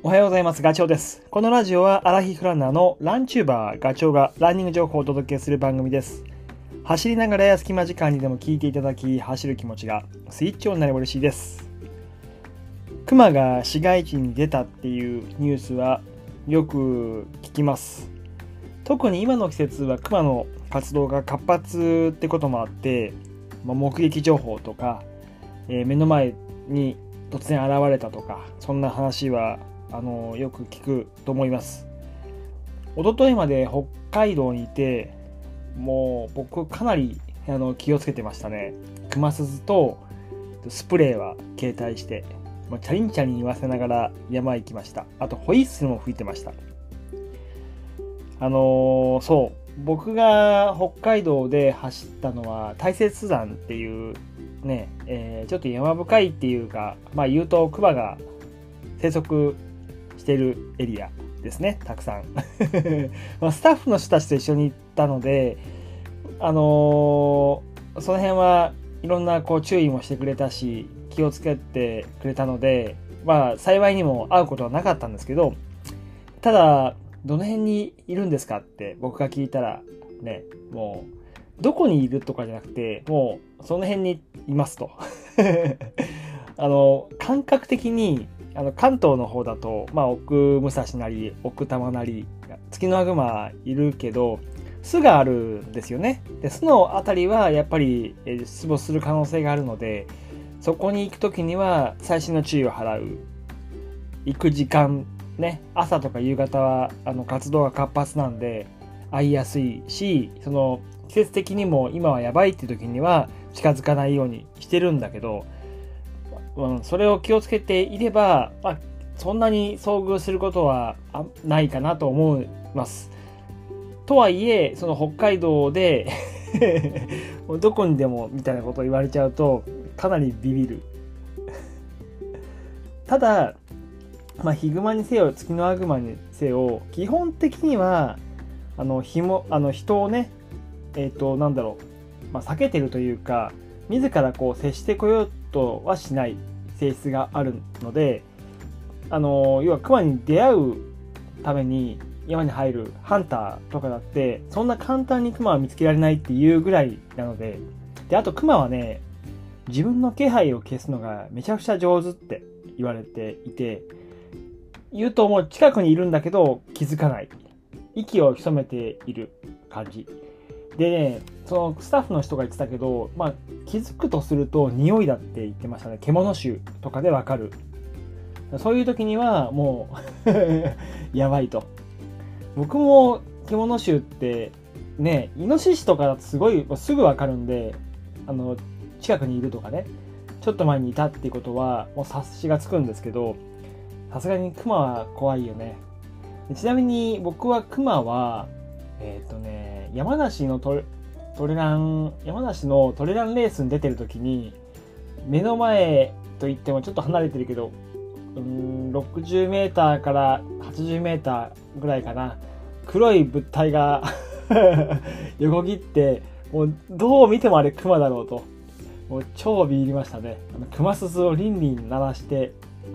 おはようございます。ガチョウです。このラジオはアラヒフランナーのランチューバーガチョウがランニング情報をお届けする番組です。走りながらや隙間時間にでも聞いていただき、走る気持ちがスイッチオンになれば嬉しいです。クマが市街地に出たっていうニュースはよく聞きます。特に今の季節はクマの活動が活発ってこともあって、目撃情報とか、目の前に突然現れたとか、そんな話はよく聞くと思います。一昨日まで北海道にいて、もう僕かなり気をつけてましたね。クマスズとスプレーは携帯して、チャリンチャリン言わせながら山行きました。あとホイッスルも吹いてました。僕が北海道で走ったのは大雪山っていうね、ちょっと山深いっていうか、言うとクマが生息しているエリアですね。たくさんスタッフの人たちと一緒に行ったので、その辺はいろんな注意もしてくれたし、気をつけてくれたので、幸いにも会うことはなかったんですけど、ただどの辺にいるんですかって僕が聞いたらね、もうどこにいるとかじゃなくて、もうその辺にいますと感覚的に関東の方だと、奥武蔵なり奥多摩なりツキノワグマいるけど、巣があるんですよね。で、巣のあたりはやっぱり出没する可能性があるので、そこに行くときには細心の注意を払う。行く時間ね、朝とか夕方は活動が活発なんで会いやすいし、その季節的にも今はやばいっていう時には近づかないようにしてるんだけど、それを気をつけていれば、そんなに遭遇することはないかなと思います。とはいえ、その北海道でどこにでもみたいなことを言われちゃうとかなりビビる。ただ、ヒグマにせよツキノワグマにせよ、基本的には人をね、避けてるというか、自ら接してこようとはしない性質があるので、要はクマに出会うために山に入るハンターとかだってそんな簡単にクマは見つけられないっていうぐらいなので、あとクマはね、自分の気配を消すのがめちゃくちゃ上手って言われていて、言うともう近くにいるんだけど気づかない、息を潜めている感じでね、そのスタッフの人が言ってたけど、気づくとすると匂いだって言ってましたね。獣臭とかでわかる。そういう時にはもうやばいと。僕も獣臭ってね、イノシシとかだとすぐわかるんで、近くにいるとかね、ちょっと前にいたっていうことはもう察しがつくんですけど、さすがにクマは怖いよね。ちなみに僕はクマは山梨のトレランレースに出てる時に、目の前といってもちょっと離れてるけど、60メーターから80メーターぐらいかな、黒い物体が横切って、もうどう見てもあれクマだろうと、もう超ビビりましたね。クマススをリンリン鳴らして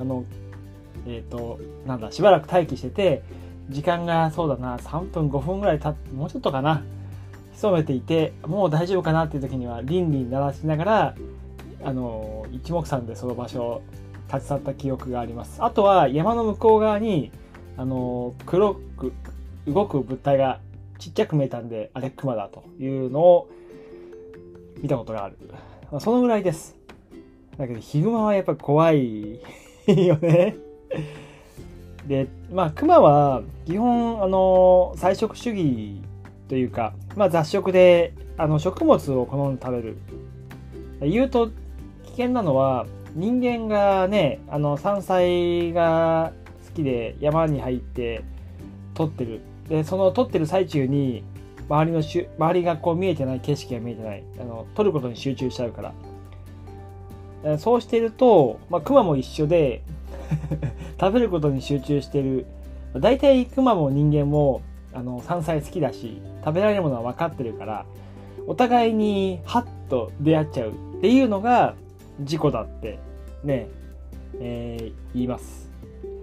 しばらく待機してて、時間がそうだな3分5分ぐらい経って、もうちょっとかな、潜めていて、もう大丈夫かなっていう時にはリンリン鳴らしながら一目散でその場所を立ち去った記憶があります。あとは山の向こう側に黒く動く物体がちっちゃく見えたんで、あれクマだというのを見たことがある。そのぐらいです。だけどヒグマはやっぱり怖いよね。で、クマは基本菜食主義というか、雑食で食物を好んで食べる。言うと危険なのは、人間がね、山菜が好きで山に入って取ってる。で、その取ってる最中に周りが見えてない、景色が見えてない、取ることに集中しちゃうから。そうしていると、クマも一緒で食べることに集中している。だいたいクマも人間も山菜好きだし、食べられるものは分かってるから、お互いにハッと出会っちゃうっていうのが事故だってね、言います。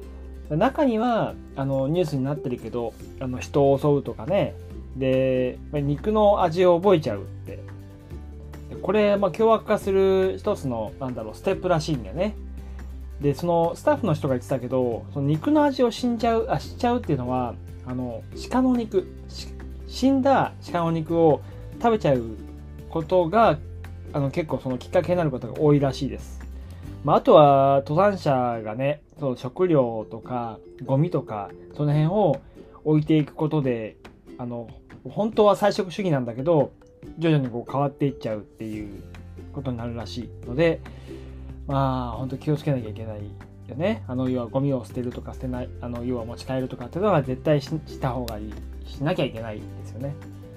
中にはニュースになってるけど人を襲うとかね、で肉の味を覚えちゃうって、これ凶悪化する一つのステップらしいんだよね。でそのスタッフの人が言ってたけど、その肉の味を知っちゃうっていうのは鹿の肉、死んだ鹿の肉を食べちゃうことが結構そのきっかけになることが多いらしいです。あとは登山者がね、その食料とかゴミとかその辺を置いていくことで本当は菜食主義なんだけど徐々にこう変わっていっちゃうっていうことになるらしいので、本当気をつけなきゃいけないよね。要はゴミを捨てるとか捨てない、要は持ち帰るとかっていうのは絶対した方がいい、しなきゃいけないですよね。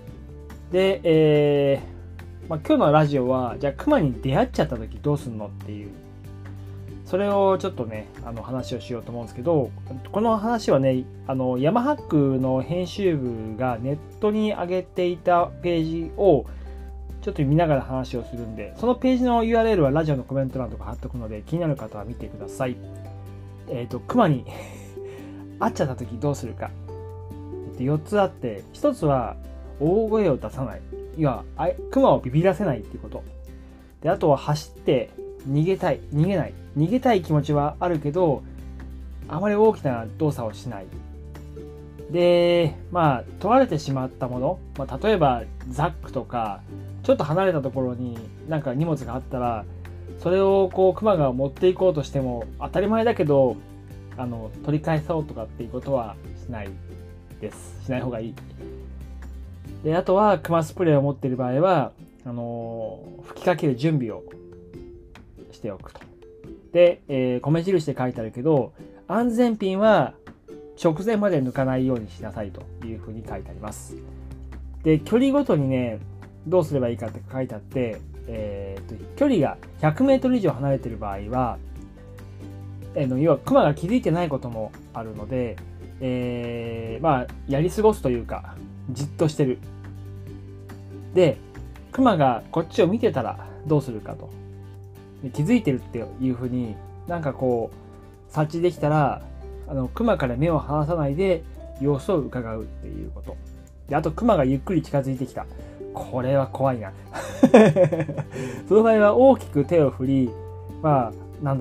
で、今日のラジオはじゃあクマに出会っちゃった時どうすんのっていう、それをちょっとね話をしようと思うんですけど、この話はねヤマハックの編集部がネットに上げていたページをちょっと見ながら話をするんで、そのページの URL はラジオのコメント欄とか貼っとくので気になる方は見てください。クマに会っちゃった時どうするか、4つあって、1つは大声を出さない、要はクマをビビらせないっていうことで、あとは走って逃げたい気持ちはあるけどあまり大きな動作をしないで、取られてしまったもの、例えばザックとかちょっと離れたところになんか荷物があったら、それをこうクマが持っていこうとしても当たり前だけど取り返そうとかっていうことはしない方がいい。で、あとはクマスプレーを持っている場合は吹きかける準備をしておくと。で、米印で書いてあるけど、安全ピンは直前まで抜かないようにしなさいというふうに書いてあります。で、距離ごとにねどうすればいいかって書いてあって、距離が100メートル以上離れている場合は、要はクマが気づいてないこともあるので、やり過ごすというかじっとしてる。で、クマがこっちを見てたらどうするかと。で、気づいてるっていうふうに察知できたらクマから目を離さないで様子を伺うっていうことで、あとクマがゆっくり近づいてきた、これは怖いなその場合は大きく手を振り、大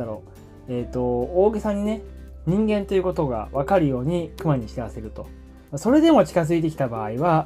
げさにね人間ということが分かるようにクマに知らせると。それでも近づいてきた場合は、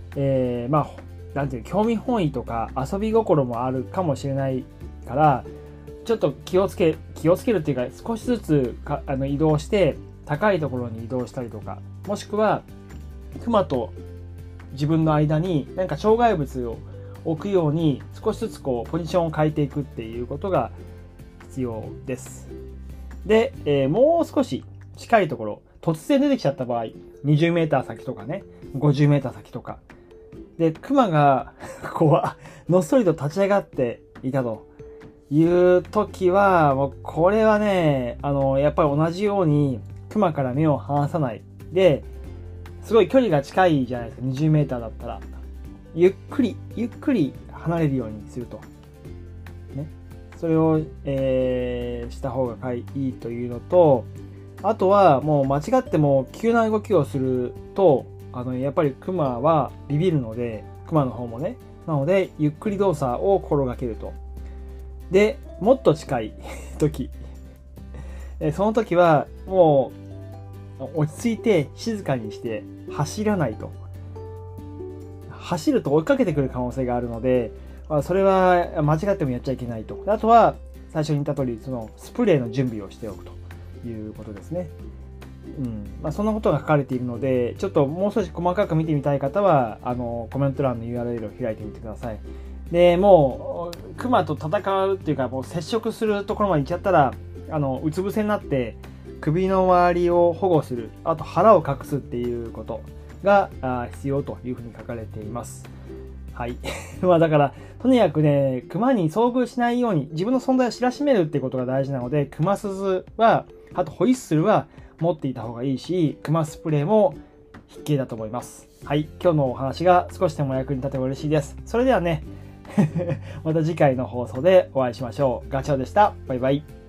興味本位とか遊び心もあるかもしれないから、ちょっと気をつけるっていうか、少しずつ移動して高いところに移動したりとか、もしくはクマと自分の間に何か障害物を置くように少しずつポジションを変えていくっていうことが必要です。で、もう少し近いところ、突然出てきちゃった場合、20メーター先とかね、50メーター先とかでクマがのっそりと立ち上がっていたという時は、もうこれはねやっぱり同じようにクマから目を離さないで、すごい距離が近いじゃないですか。20メーターだったらゆっくり離れるようにするとね。それを、した方がいいというのと、あとはもう間違っても急な動きをするとやっぱりクマはビビるので、クマの方もね、なのでゆっくり動作を心がけると。で、もっと近い時その時はもう落ち着いて静かにして走らないと。走ると追いかけてくる可能性があるので、それは間違ってもやっちゃいけないと。あとは最初に言った通り、そのスプレーの準備をしておくということですね。そんなことが書かれているので、ちょっともう少し細かく見てみたい方はコメント欄の URL を開いてみてください。で、もうクマと戦うっていうか、もう接触するところまで行っちゃったらうつ伏せになって首の周りを保護する、あと腹を隠すっていうことが必要というふうに書かれています。はい。だからとにかくね、クマに遭遇しないように自分の存在を知らしめるっていうことが大事なので、クマ鈴は、あとホイッスルは持っていた方がいいし、クマスプレーも必携だと思います。はい。今日のお話が少しでも役に立てば嬉しいです。それではねまた次回の放送でお会いしましょう。ガチャオでした。バイバイ。